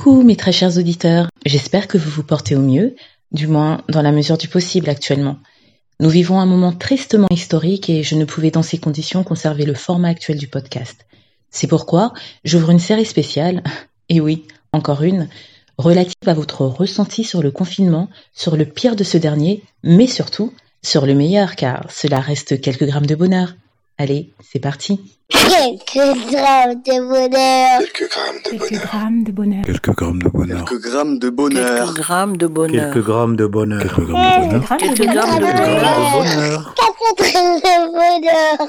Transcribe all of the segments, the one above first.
Coucou mes très chers auditeurs, j'espère que vous vous portez au mieux, du moins dans la mesure du possible actuellement. Nous vivons un moment tristement historique et je ne pouvais dans ces conditions conserver le format actuel du podcast. C'est pourquoi j'ouvre une série spéciale, et oui, encore une, relative à votre ressenti sur le confinement, sur le pire de ce dernier, mais surtout sur le meilleur car cela reste quelques grammes de bonheur. Allez, c'est parti. Quelques grammes de bonheur. Quelques grammes de bonheur. Quelques grammes de bonheur. Quelques grammes de bonheur. Quelques grammes de bonheur. Quelques grammes de bonheur. Quelques grammes de bonheur. Quelques grammes de bonheur. Quelques grammes de bonheur.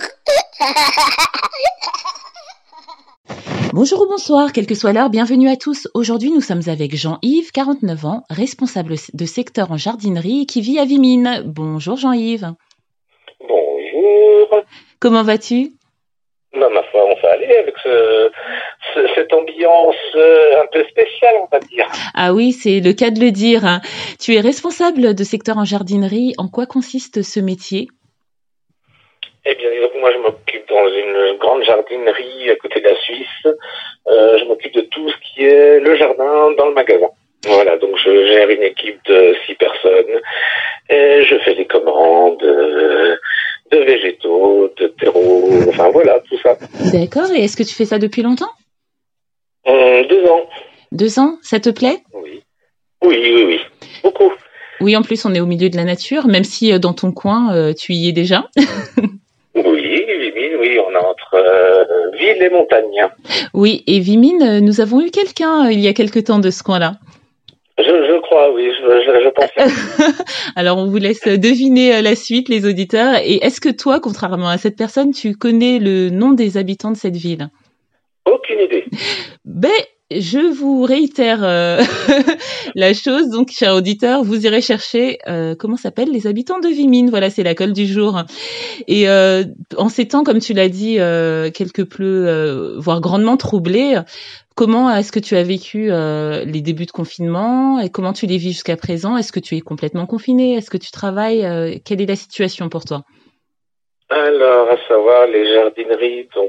Bonjour ou bonsoir, quelle que soit l'heure, bienvenue à tous. Aujourd'hui, nous sommes avec Jean-Yves, 49 ans, responsable de secteur en jardinerie et qui vit à Vimines. Bonjour Jean-Yves. Bonjour. Comment vas-tu ? Ma foi, on va aller avec cette ambiance un peu spéciale, on va dire. Ah oui, c'est le cas de le dire. Tu es responsable de secteur en jardinerie. En quoi consiste ce métier ? Eh bien, disons que moi, je m'occupe dans une grande jardinerie à côté de la Suisse. Je m'occupe de tout ce qui est le jardin dans le magasin. Voilà, donc je gère une équipe de 6 personnes et je fais des commandes de végétaux, de terreaux, enfin voilà, tout ça. D'accord, et est-ce que tu fais ça depuis longtemps ? 2 ans. 2 ans, ça te plaît ? Oui, beaucoup. Oui, en plus, on est au milieu de la nature, même si dans ton coin, tu y es déjà. Oui, on est entre ville et montagne. Oui, et Vimines, nous avons eu quelqu'un il y a quelque temps de ce coin-là. Je crois, oui, je pense. Alors, on vous laisse deviner la suite, les auditeurs. Et est-ce que toi, contrairement à cette personne, tu connais le nom des habitants de cette ville ? Aucune idée. Je vous réitère la chose. Donc, chers auditeurs, vous irez chercher comment s'appellent les habitants de Vimines. Voilà, c'est la colle du jour. Et en ces temps, comme tu l'as dit, quelque peu, voire grandement troublés, comment est-ce que tu as vécu les débuts de confinement et comment tu les vis jusqu'à présent ? Est-ce que tu es complètement confiné ? Est-ce que tu travailles ? Quelle est la situation pour toi ? Alors, à savoir, les jardineries, donc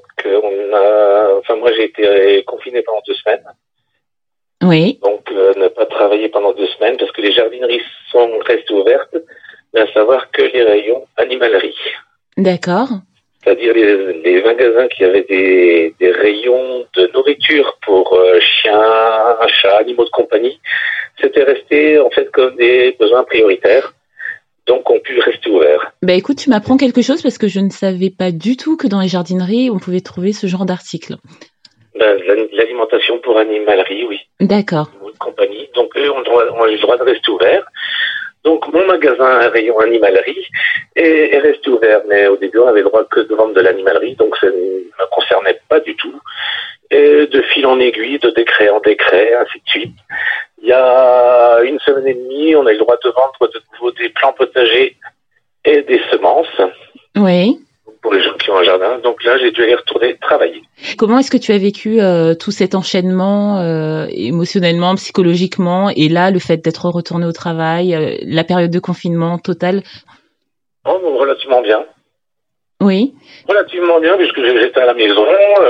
moi j'ai été confiné pendant 2 semaines. Oui. Donc, ne pas travailler pendant 2 semaines parce que les jardineries sont restées ouvertes, mais à savoir que les rayons animalerie. D'accord. C'est-à-dire les magasins qui avaient des rayons de nourriture pour chiens, chats, animaux de compagnie, c'était resté en fait comme des besoins prioritaires. Donc, on pu rester ouvert. Écoute, tu m'apprends quelque chose parce que je ne savais pas du tout que dans les jardineries, on pouvait trouver ce genre d'article. L'alimentation pour animalerie, oui. D'accord. Animaux de compagnie. Donc, eux ont le droit de rester ouverts. Donc, mon magasin a un rayon animalerie est resté ouvert. Mais au début, on avait le droit que de vendre de l'animalerie. Donc, ça ne me concernait pas du tout. Et de fil en aiguille, de décret en décret, ainsi de suite. Il y a 1 semaine et demie, on a eu le droit de vendre de nouveau des plants potagers et des semences. Oui. Pour les gens qui ont un jardin. Donc là, j'ai dû aller retourner travailler. Comment est-ce que tu as vécu tout cet enchaînement émotionnellement, psychologiquement, et là, le fait d'être retourné au travail, la période de confinement totale ? Relativement bien. Oui. Relativement bien, puisque j'étais à la maison.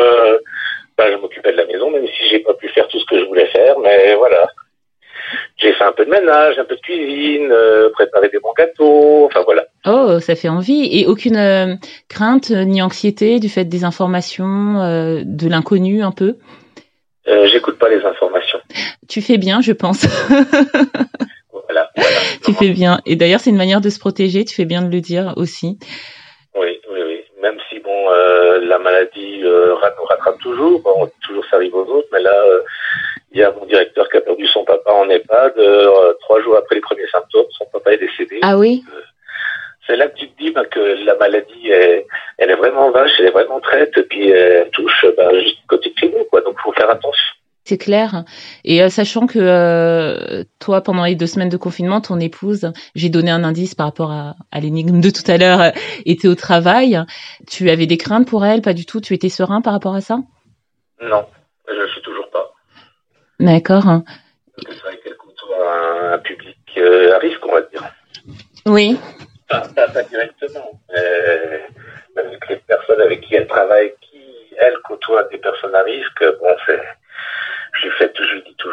Je m'occupais de la maison, même si j'ai pas pu faire tout ce que je voulais faire, mais voilà. J'ai fait un peu de ménage, un peu de cuisine, préparé des bons gâteaux, enfin voilà. Oh, ça fait envie. Et aucune crainte ni anxiété du fait des informations, de l'inconnu un peu ? J'écoute pas les informations. Tu fais bien, je pense. Voilà. Tu fais bien. Et d'ailleurs, c'est une manière de se protéger, tu fais bien de le dire aussi. Oui. Même si, la maladie nous rattrape toujours, toujours ça arrive aux autres, mais là, il y a mon directeur qui a perdu son papa en EHPAD, 3 jours après les premiers symptômes, son papa est décédé. Ah oui. C'est là que tu te dis que la maladie, elle est vraiment vache, elle est vraiment traite, et puis elle touche juste côté de chez nous, quoi. Donc, il faut faire attention. C'est clair. Et sachant que toi, pendant les 2 semaines de confinement, ton épouse, j'ai donné un indice par rapport à l'énigme de tout à l'heure, était au travail. Tu avais des craintes pour elle ? Pas du tout ? Tu étais serein par rapport à ça ? Non, je ne suis toujours pas. D'accord. Parce que c'est vrai qu'elle côtoie un public à risque, on va dire. Oui. Pas directement. Mais avec les personnes avec qui elle travaille, qui, elles, côtoient des personnes à risque, je lui dis toujours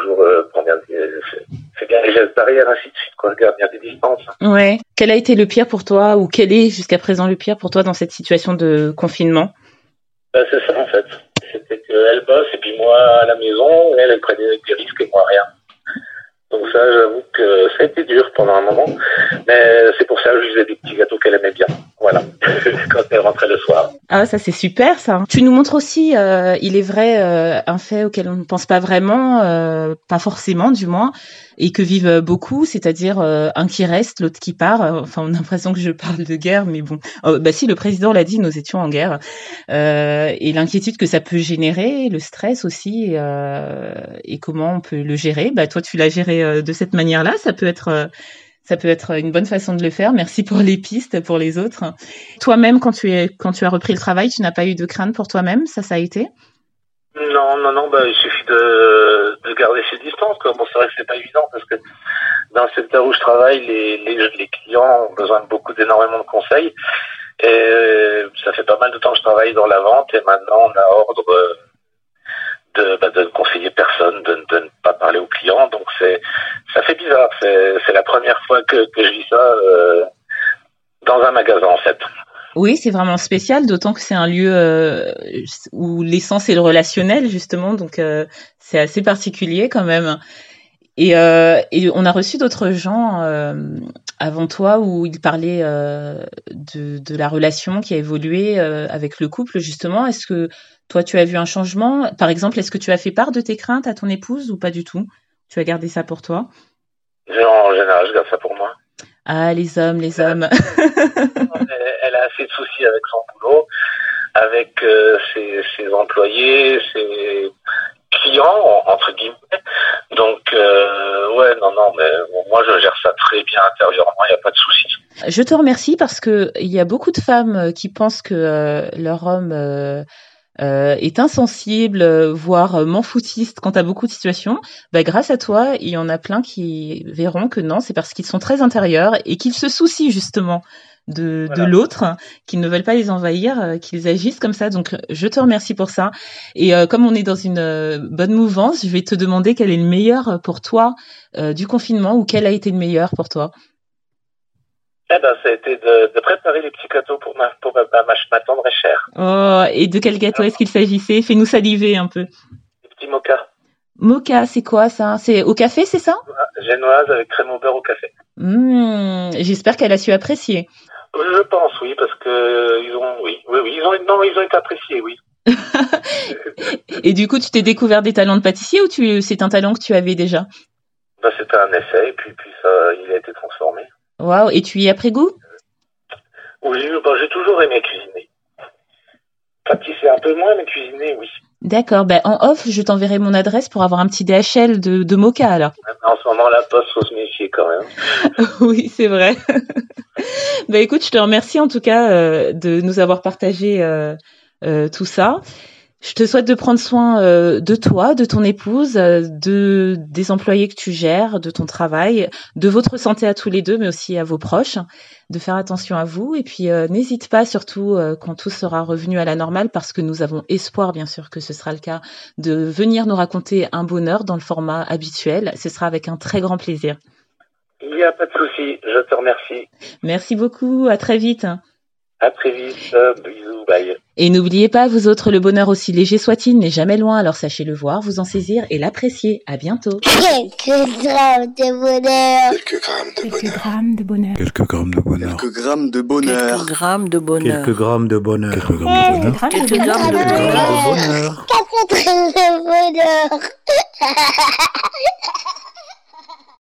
toujours fais bien les gestes barrières, ainsi de suite, quoi. Garde bien tes distances. Ouais. Quel a été le pire pour toi, ou quel est jusqu'à présent le pire pour toi dans cette situation de confinement? C'est ça, en fait. C'était qu'elle bosse, et puis moi, à la maison, elle prenait des risques et moi rien. Donc ça, j'avoue que ça a été dur pendant un moment, mais c'est pour ça que je faisais des petits gâteaux qu'elle aimait bien. Voilà, quand elle rentrait le soir. Ah, ça c'est super ça. Tu nous montres aussi, il est vrai, un fait auquel on ne pense pas vraiment, pas forcément du moins, et que vivent beaucoup, c'est-à-dire un qui reste, l'autre qui part. Enfin, on a l'impression que je parle de guerre, mais bon. Bah si, le président l'a dit, nous étions en guerre. Et l'inquiétude que ça peut générer, le stress aussi, et comment on peut le gérer. Bah toi, tu l'as géré de cette manière-là. Ça peut être une bonne façon de le faire. Merci pour les pistes pour les autres. Toi-même, quand tu as repris le travail, tu n'as pas eu de crainte pour toi-même? Ça a été? Non, bah, il suffit de garder ses distances, quoi. Bon, c'est vrai que c'est pas évident parce que dans le secteur où je travaille, les clients ont besoin de d'énormément de conseils. Et ça fait pas mal de temps que je travaille dans la vente et maintenant on a ordre de ne conseiller personne, de ne pas parler aux clients. Donc ça fait bizarre. C'est la première fois que je vis ça dans un magasin, en fait. Oui, c'est vraiment spécial, d'autant que c'est un lieu où l'essence est le relationnel, justement, donc c'est assez particulier quand même. Et on a reçu d'autres gens avant toi où ils parlaient de la relation qui a évolué avec le couple, justement. Est-ce que toi, tu as vu un changement? Par exemple, est-ce que tu as fait part de tes craintes à ton épouse ou pas du tout? Tu as gardé ça pour toi? En général, je garde ça pour moi. Ah, les hommes. Elle a assez de soucis avec son boulot, avec ses employés, ses clients, entre guillemets. Donc, mais moi, je gère ça très bien intérieurement, il n'y a pas de souci. Je te remercie parce que il y a beaucoup de femmes qui pensent que leur homme est insensible, voire m'en-foutiste quant à beaucoup de situations. Bah, grâce à toi, il y en a plein qui verront que non, c'est parce qu'ils sont très intérieurs et qu'ils se soucient justement de l'autre, qu'ils ne veulent pas les envahir, qu'ils agissent comme ça. Donc, je te remercie pour ça. Et comme on est dans une bonne mouvance, je vais te demander quel est le meilleur pour toi du confinement ou quel a été le meilleur pour toi. Ça a été de préparer les petits gâteaux pour ma tendre et chère. Oh, et de quel gâteau est-ce qu'il s'agissait? Fais-nous saliver un peu. Les petits mochas. Mocha, c'est quoi ça? C'est au café, c'est ça? Génoise avec crème au beurre au café. J'espère qu'elle a su apprécier. Je pense, oui, parce que ils ont été appréciés, oui. Et du coup, tu t'es découvert des talents de pâtissier ou c'est un talent que tu avais déjà? C'était un essai et puis ça, il a été transformé. Waouh, et tu y as pris goût? Oui, j'ai toujours aimé cuisiner. Pâtisser un peu moins, mais cuisiner, oui. D'accord, en off, je t'enverrai mon adresse pour avoir un petit DHL de mocha alors. En ce moment, la poste, faut se méfier quand même. Oui, c'est vrai. Écoute, je te remercie en tout cas de nous avoir partagé tout ça. Je te souhaite de prendre soin de toi, de ton épouse, des employés que tu gères, de ton travail, de votre santé à tous les deux, mais aussi à vos proches, de faire attention à vous. Et puis, n'hésite pas, surtout quand tout sera revenu à la normale, parce que nous avons espoir, bien sûr, que ce sera le cas, de venir nous raconter un bonheur dans le format habituel. Ce sera avec un très grand plaisir. Il n'y a pas de souci, je te remercie. Merci beaucoup, à très vite. À très vite, bisous, bye. Et n'oubliez pas, vous autres, le bonheur aussi léger soit-il n'est jamais loin, alors sachez le voir, vous en saisir et l'apprécier. À bientôt. Quelques grammes de bonheur. Quelques grammes de bonheur. Quelques grammes de bonheur. Quelques grammes de bonheur. Quelques grammes de bonheur. Quelques grammes de bonheur. Quelques grammes de bonheur. Quelques grammes de bonheur. Quelques grammes de bonheur.